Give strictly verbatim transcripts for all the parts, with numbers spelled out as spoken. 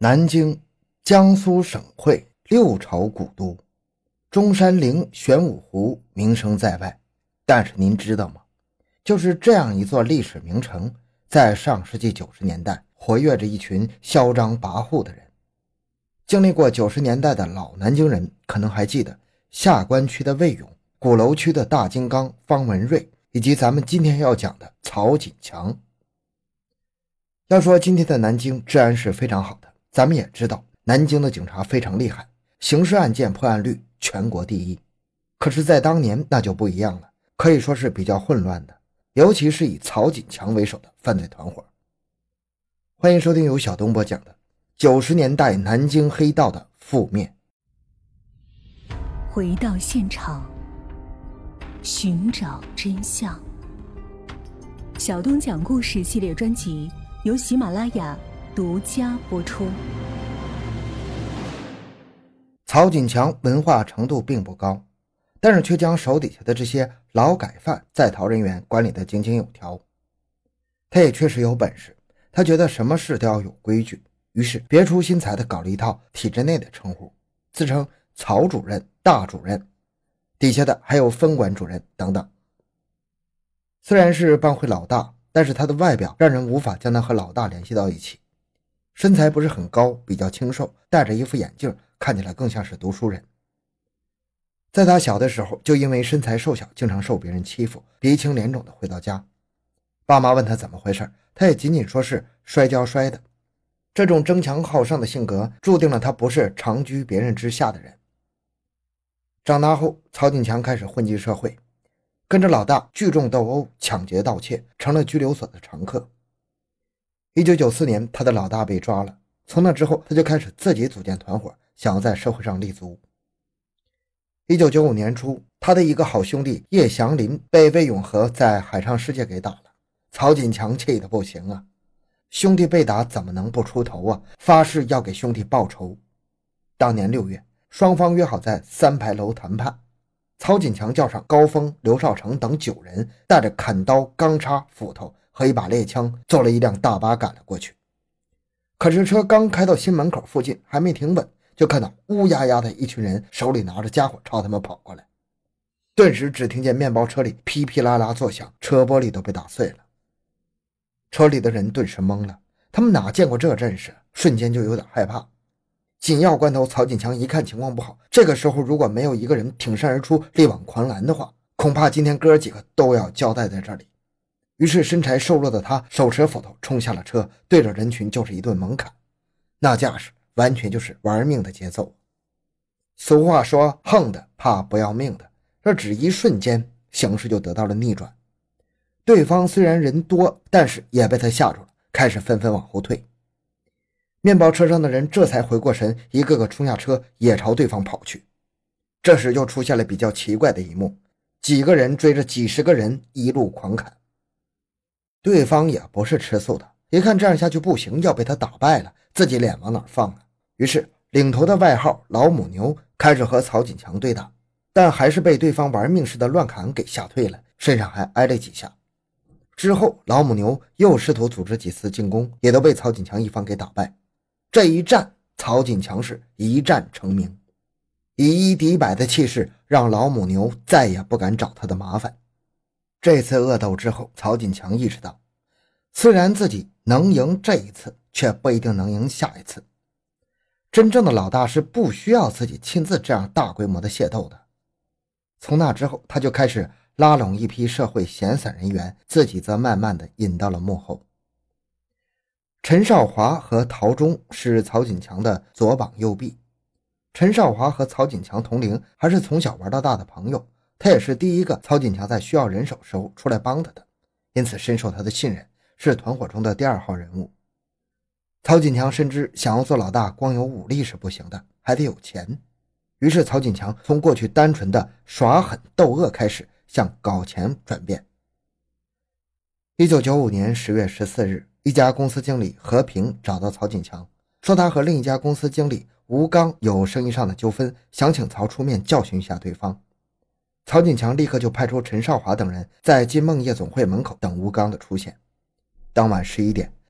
南京，江苏省会，六朝古都，中山陵、玄武湖名声在外。但是您知道吗？就是这样一座历史名城，在上世纪九十年代活跃着一群嚣张跋扈的人。经历过九十年代的老南京人可能还记得下关区的魏勇、鼓楼区的大金刚方文瑞，以及咱们今天要讲的曹锦强。要说今天的南京治安是非常好的，咱们也知道南京的警察非常厉害，刑事案件破案率全国第一。可是在当年那就不一样了，可以说是比较混乱的，尤其是以曹锦强为首的犯罪团伙。欢迎收听由小东播讲的九十年代南京黑道的覆灭。 回到现场，寻找真相。小东讲故事系列专辑由喜马拉雅独家播出。 曹锦强文化程度并不高，但是却将手底下的这些劳改犯在逃人员管理得井井有条。他也确实有本事，他觉得什么事都要有规矩，于是别出心裁地搞了一套体制内的称呼，自称曹主任、大主任，底下的还有分管主任等等。虽然是帮会老大，但是他的外表让人无法将他和老大联系到一起。身材不是很高，比较清瘦，戴着一副眼镜，看起来更像是读书人。在他小的时候，就因为身材瘦小，经常受别人欺负，鼻青脸肿的回到家。爸妈问他怎么回事，他也仅仅说是摔跤摔的。这种争强好胜的性格注定了他不是长居别人之下的人。长大后，曹锦强开始混迹社会，跟着老大聚众斗殴、抢劫盗窃，成了拘留所的常客。一九九四年，他的老大被抓了，从那之后他就开始自己组建团伙，想要在社会上立足。一九九五年初，他的一个好兄弟叶祥林被魏永和在海上世界给打了，曹锦强气得不行啊，兄弟被打怎么能不出头啊，发誓要给兄弟报仇。当年六月，双方约好在三牌楼谈判，曹锦强叫上高峰、刘少成等九人，带着砍刀、钢叉、斧头和一把猎枪，坐了一辆大巴赶了过去。可是车刚开到新门口附近，还没停稳，就看到乌压压的一群人手里拿着家伙朝他们跑过来。顿时只听见面包车里噼噼啦啦作响，车玻璃都被打碎了。车里的人顿时懵了，他们哪见过这阵势，瞬间就有点害怕。紧要关头，曹锦强一看情况不好，这个时候如果没有一个人挺身而出力挽狂澜的话，恐怕今天哥几个都要交代在这里。于是身材瘦弱的他手持斧头冲下了车，对着人群就是一顿猛砍，那架势完全就是玩命的节奏。俗话说横的怕不要命的，这只一瞬间形势就得到了逆转。对方虽然人多，但是也被他吓住了，开始纷纷往后退。面包车上的人这才回过神，一个个冲下车也朝对方跑去。这时就出现了比较奇怪的一幕，几个人追着几十个人一路狂砍。对方也不是吃素的，一看这样下去不行，要被他打败了，自己脸往哪放啊？于是领头的外号老母牛开始和曹锦强对打，但还是被对方玩命似的乱砍给吓退了，身上还挨了几下。之后老母牛又试图组织几次进攻，也都被曹锦强一方给打败。这一战，曹锦强是一战成名，以一敌百的气势让老母牛再也不敢找他的麻烦。这次恶斗之后，曹锦强意识到，虽然自己能赢这一次，却不一定能赢下一次。真正的老大是不需要自己亲自这样大规模的械斗的。从那之后，他就开始拉拢一批社会闲散人员，自己则慢慢的引到了幕后。陈少华和陶忠是曹锦强的左膀右臂。陈少华和曹锦强同龄，还是从小玩到大的朋友，他也是第一个曹锦强在需要人手时候出来帮他的，因此深受他的信任，是团伙中的第二号人物。曹锦强深知想要做老大光有武力是不行的，还得有钱。于是曹锦强从过去单纯的耍狠斗恶开始，向搞钱转变。一九九五年十月十四日，一家公司经理何平找到曹锦强，说他和另一家公司经理吴刚有生意上的纠纷，想请曹出面教训一下对方。曹锦强立刻就派出陈少华等人在金梦夜总会门口等吴刚的出现。当晚十一点，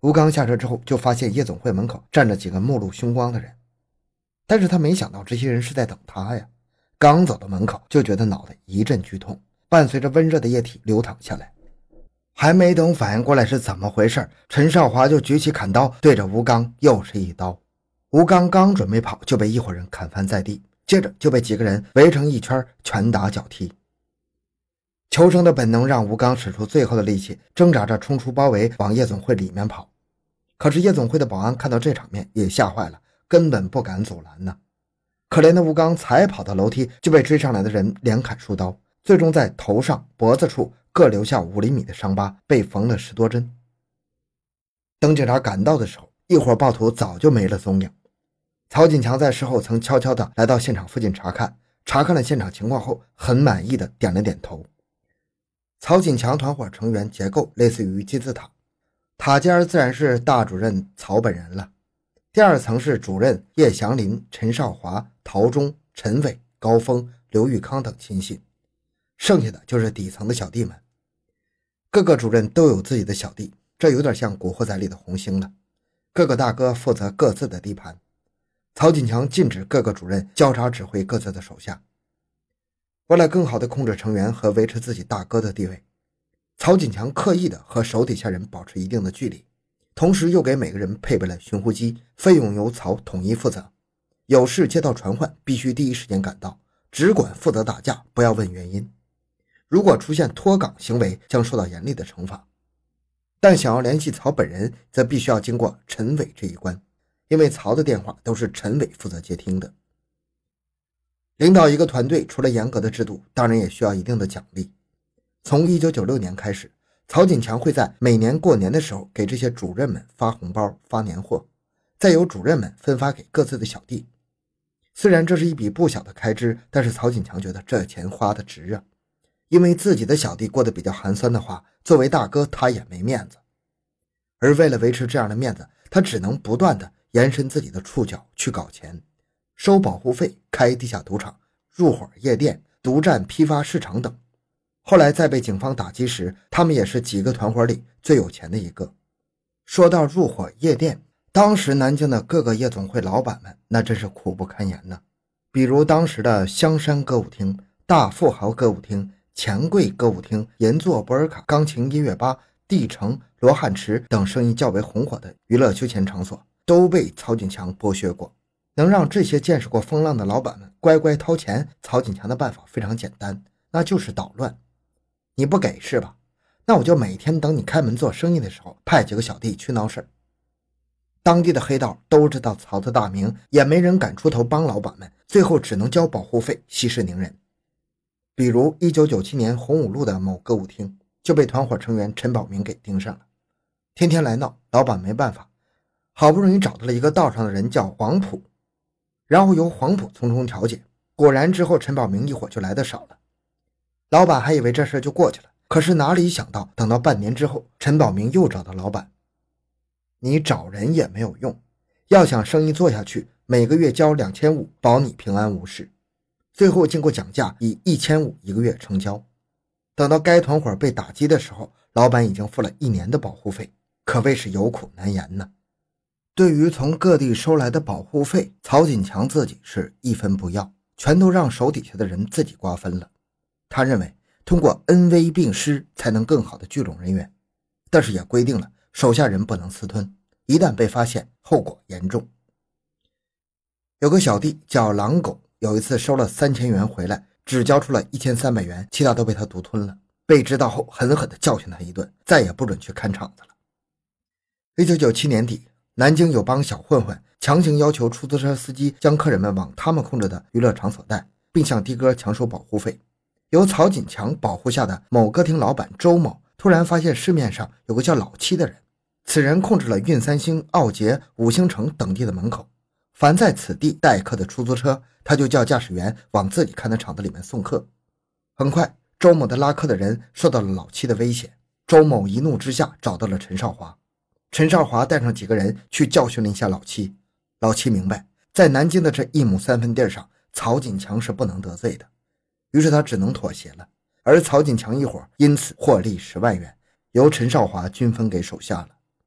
吴刚下车之后就发现夜总会门口站着几个目露凶光的人，但是他没想到这些人是在等他呀。刚走到门口就觉得脑袋一阵剧痛，伴随着温热的液体流淌下来。还没等反应过来是怎么回事，陈少华就举起砍刀对着吴刚又是一刀。吴刚刚准备跑就被一伙人砍翻在地，接着就被几个人围成一圈拳打脚踢。求生的本能让吴刚使出最后的力气，挣扎着冲出包围往夜总会里面跑。可是夜总会的保安看到这场面也吓坏了，根本不敢阻拦呢。可怜的吴刚才跑到楼梯就被追上来的人连砍数刀，最终在头上脖子处各留下五厘米的伤疤，被缝了十多针。等警察赶到的时候，一伙暴徒早就没了踪影。曹锦强在事后曾悄悄地来到现场附近查看，查看了现场情况后很满意的点了点头。曹锦强团伙成员结构类似于金字塔，塔尖自然是大主任曹本人了，第二层是主任叶祥林、陈少华、陶忠、陈伟、高峰、刘玉康等亲信，剩下的就是底层的小弟们。各个主任都有自己的小弟，这有点像古惑仔里的红星了。各个大哥负责各自的地盘，曹锦强禁止各个主任交叉指挥各自的手下。为了更好地控制成员和维持自己大哥的地位，曹锦强刻意地和手底下人保持一定的距离，同时又给每个人配备了寻呼机，费用由曹统一负责。有事接到传唤必须第一时间赶到，只管负责打架，不要问原因。如果出现脱岗行为将受到严厉的惩罚。但想要联系曹本人则必须要经过陈伟这一关，因为曹的电话都是陈伟负责接听的。领导一个团队除了严格的制度，当然也需要一定的奖励。从一九九六年开始，曹锦强会在每年过年的时候给这些主任们发红包发年货，再由主任们分发给各自的小弟。虽然这是一笔不小的开支，但是曹锦强觉得这钱花的值啊，因为自己的小弟过得比较寒酸的话，作为大哥他也没面子。而为了维持这样的面子，他只能不断的延伸自己的触角去搞钱，收保护费，开地下赌场，入伙夜店，独占批发市场等。后来在被警方打击时，他们也是几个团伙里最有钱的一个。说到入伙夜店，当时南京的各个夜总会老板们那真是苦不堪言呢。比如当时的香山歌舞厅、大富豪歌舞厅、钱柜歌舞厅、银座博尔卡钢琴音乐吧、地城、罗汉池等生意较为红火的娱乐休闲场所都被曹锦强剥削过。能让这些见识过风浪的老板们乖乖掏钱，曹锦强的办法非常简单，那就是捣乱。你不给是吧？那我就每天等你开门做生意的时候派几个小弟去闹事。当地的黑道都知道曹的大名，也没人敢出头帮老板们，最后只能交保护费息事宁人。比如一九九七年洪武路的某歌舞厅就被团伙成员陈宝明给盯上了，天天来闹，老板没办法，好不容易找到了一个道上的人叫黄埔，然后由黄埔从中调解，果然之后陈宝明一伙就来的少了。老板还以为这事就过去了，可是哪里想到等到半年之后，陈宝明又找到老板，你找人也没有用，要想生意做下去，每个月交两千五，保你平安无事。最后经过讲价，以一千五一个月成交。等到该团伙被打击的时候，老板已经付了一年的保护费，可谓是有苦难言呢。对于从各地收来的保护费，曹锦强自己是一分不要，全都让手底下的人自己瓜分了。他认为通过恩威并施才能更好的聚拢人员，但是也规定了手下人不能私吞，一旦被发现后果严重。有个小弟叫狼狗，有一次收了三千元回来，只交出了一千三百元，其他都被他独吞了。被知道后狠狠地教训他一顿，再也不准去看场子了。一九九七年底，南京有帮小混混强行要求出租车司机将客人们往他们控制的娱乐场所带，并向的哥强收保护费。由曹锦强保护下的某歌厅老板周某突然发现市面上有个叫老七的人，此人控制了运三星、奥捷、五星城等地的门口，凡在此地待客的出租车，他就叫驾驶员往自己看的场子里面送客。很快，周某的拉客的人受到了老七的威胁，周某一怒之下找到了陈少华。陈少华带上几个人去教训了一下老七。老七明白，在南京的这一亩三分地上，曹锦强是不能得罪的，于是他只能妥协了。而曹锦强一伙因此获利十万元，由陈少华均分给手下了。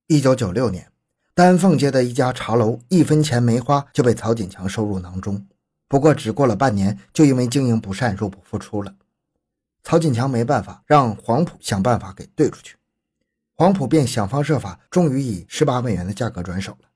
一九九六年，丹凤街的一家茶楼一分钱没花就被曹锦强收入囊中，不过只过了半年就因为经营不善入不敷出了。曹锦强没办法，让黄埔想办法给兑出去，黄埔便想方设法，终于以十八美元的价格转手了。